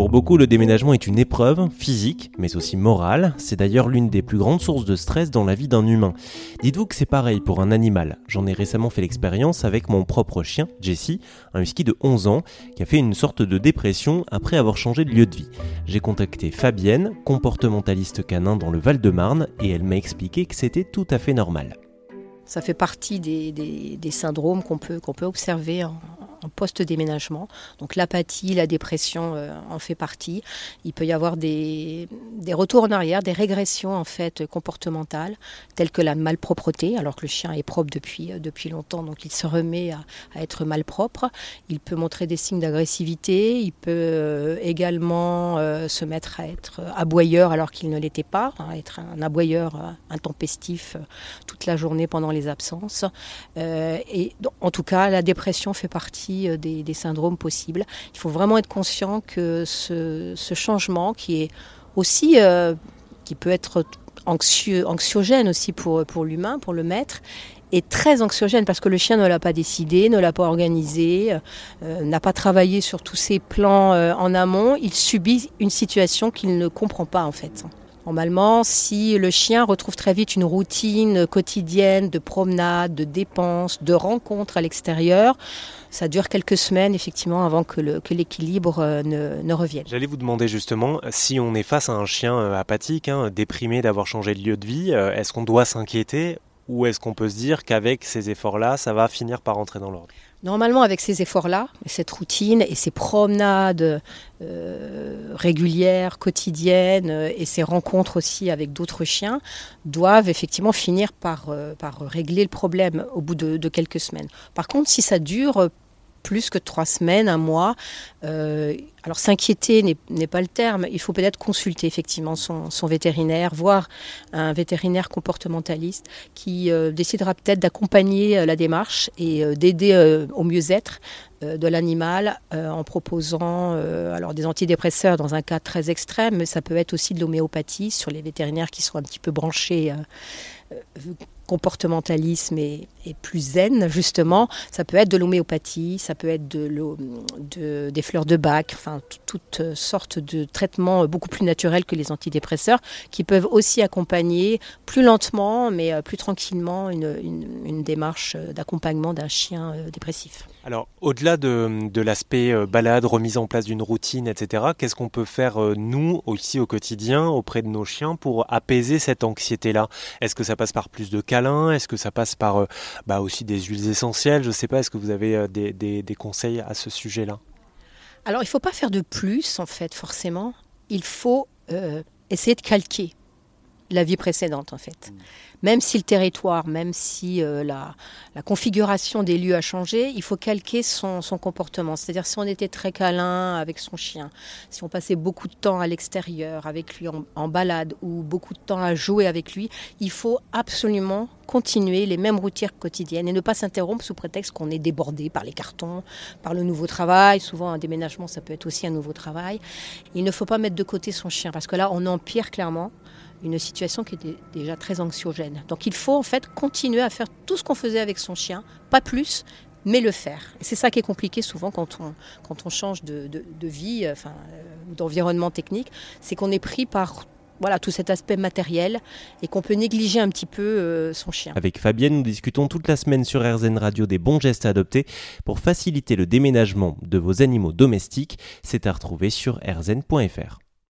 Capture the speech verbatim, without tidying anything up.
Pour beaucoup, le déménagement est une épreuve physique, mais aussi morale. C'est d'ailleurs l'une des plus grandes sources de stress dans la vie d'un humain. Dites-vous que c'est pareil pour un animal. J'en ai récemment fait l'expérience avec mon propre chien, Jessie, un husky de onze ans, qui a fait une sorte de dépression après avoir changé de lieu de vie. J'ai contacté Fabienne, comportementaliste canin dans le Val-de-Marne, et elle m'a expliqué que c'était tout à fait normal. Ça fait partie des, des, des syndromes qu'on peut, qu'on peut observer en, en post-déménagement. Donc l'apathie, la dépression euh, en fait partie. Il peut y avoir des, des retours en arrière, des régressions en fait comportementales, telles que la malpropreté, alors que le chien est propre depuis, depuis longtemps, donc il se remet à, à être malpropre. Il peut montrer des signes d'agressivité, il peut euh, également euh, se mettre à être aboyeur alors qu'il ne l'était pas, hein, être un aboyeur euh, intempestif euh, toute la journée pendant les absences. Euh, et en tout cas, la dépression fait partie des, des syndromes possibles. Il faut vraiment être conscient que ce, ce changement, qui est aussi, euh, qui peut être anxieux, anxiogène aussi pour, pour l'humain, pour le maître, est très anxiogène parce que le chien ne l'a pas décidé, ne l'a pas organisé, euh, n'a pas travaillé sur tous ses plans euh, en amont. Il subit une situation qu'il ne comprend pas en fait. Normalement, si le chien retrouve très vite une routine quotidienne de promenade, de dépenses, de rencontres à l'extérieur, ça dure quelques semaines effectivement avant que, le, que l'équilibre ne, ne revienne. J'allais vous demander justement, si on est face à un chien apathique, hein, déprimé d'avoir changé de lieu de vie, est-ce qu'on doit s'inquiéter ou est-ce qu'on peut se dire qu'avec ces efforts-là, ça va finir par rentrer dans l'ordre ? Normalement, avec ces efforts-là, cette routine et ces promenades euh, régulières, quotidiennes, euh, et ces rencontres aussi avec d'autres chiens, doivent effectivement finir par, euh, par régler le problème au bout de, de quelques semaines. Par contre, si ça dure plus que trois semaines, un mois, euh, alors s'inquiéter n'est, n'est pas le terme, il faut peut-être consulter effectivement son, son vétérinaire, voir un vétérinaire comportementaliste qui euh, décidera peut-être d'accompagner euh, la démarche et euh, d'aider euh, au mieux-être euh, de l'animal euh, en proposant euh, alors des antidépresseurs dans un cas très extrême, mais ça peut être aussi de l'homéopathie sur les vétérinaires qui sont un petit peu branchés euh, euh, comportementalisme est, est plus zen, justement. Ça peut être de l'homéopathie, ça peut être de l'eau, de, des fleurs de bac, enfin t- toutes sortes de traitements beaucoup plus naturels que les antidépresseurs qui peuvent aussi accompagner plus lentement, mais plus tranquillement, une, une, une démarche d'accompagnement d'un chien dépressif. Alors, au-delà de, de l'aspect euh, balade, remise en place d'une routine, et cetera, qu'est-ce qu'on peut faire, euh, nous, aussi au quotidien, auprès de nos chiens, pour apaiser cette anxiété-là ? Est-ce que ça passe par plus de câlins ? Est-ce que ça passe par euh, bah, aussi des huiles essentielles ? Je ne sais pas, est-ce que vous avez euh, des, des, des conseils à ce sujet-là ? Alors, il ne faut pas faire de plus, en fait, forcément. Il faut euh, essayer de calquer la vie précédente, en fait. Mmh. Même si le territoire, même si euh, la, la configuration des lieux a changé, il faut calquer son, son comportement. C'est-à-dire si on était très câlin avec son chien, si on passait beaucoup de temps à l'extérieur avec lui en, en balade ou beaucoup de temps à jouer avec lui, il faut absolument continuer les mêmes routines quotidiennes et ne pas s'interrompre sous prétexte qu'on est débordé par les cartons, par le nouveau travail. Souvent, un déménagement, ça peut être aussi un nouveau travail. Il ne faut pas mettre de côté son chien parce que là, on empire clairement une situation qui est déjà très anxiogène. Donc il faut en fait continuer à faire tout ce qu'on faisait avec son chien, pas plus, mais le faire. Et c'est ça qui est compliqué souvent quand on, quand on change de, de, de vie, enfin, euh, d'environnement technique, c'est qu'on est pris par voilà, tout cet aspect matériel et qu'on peut négliger un petit peu euh, son chien. Avec Fabienne, nous discutons toute la semaine sur R Z N Radio des bons gestes à adopter pour faciliter le déménagement de vos animaux domestiques. C'est à retrouver sur r z n point f r.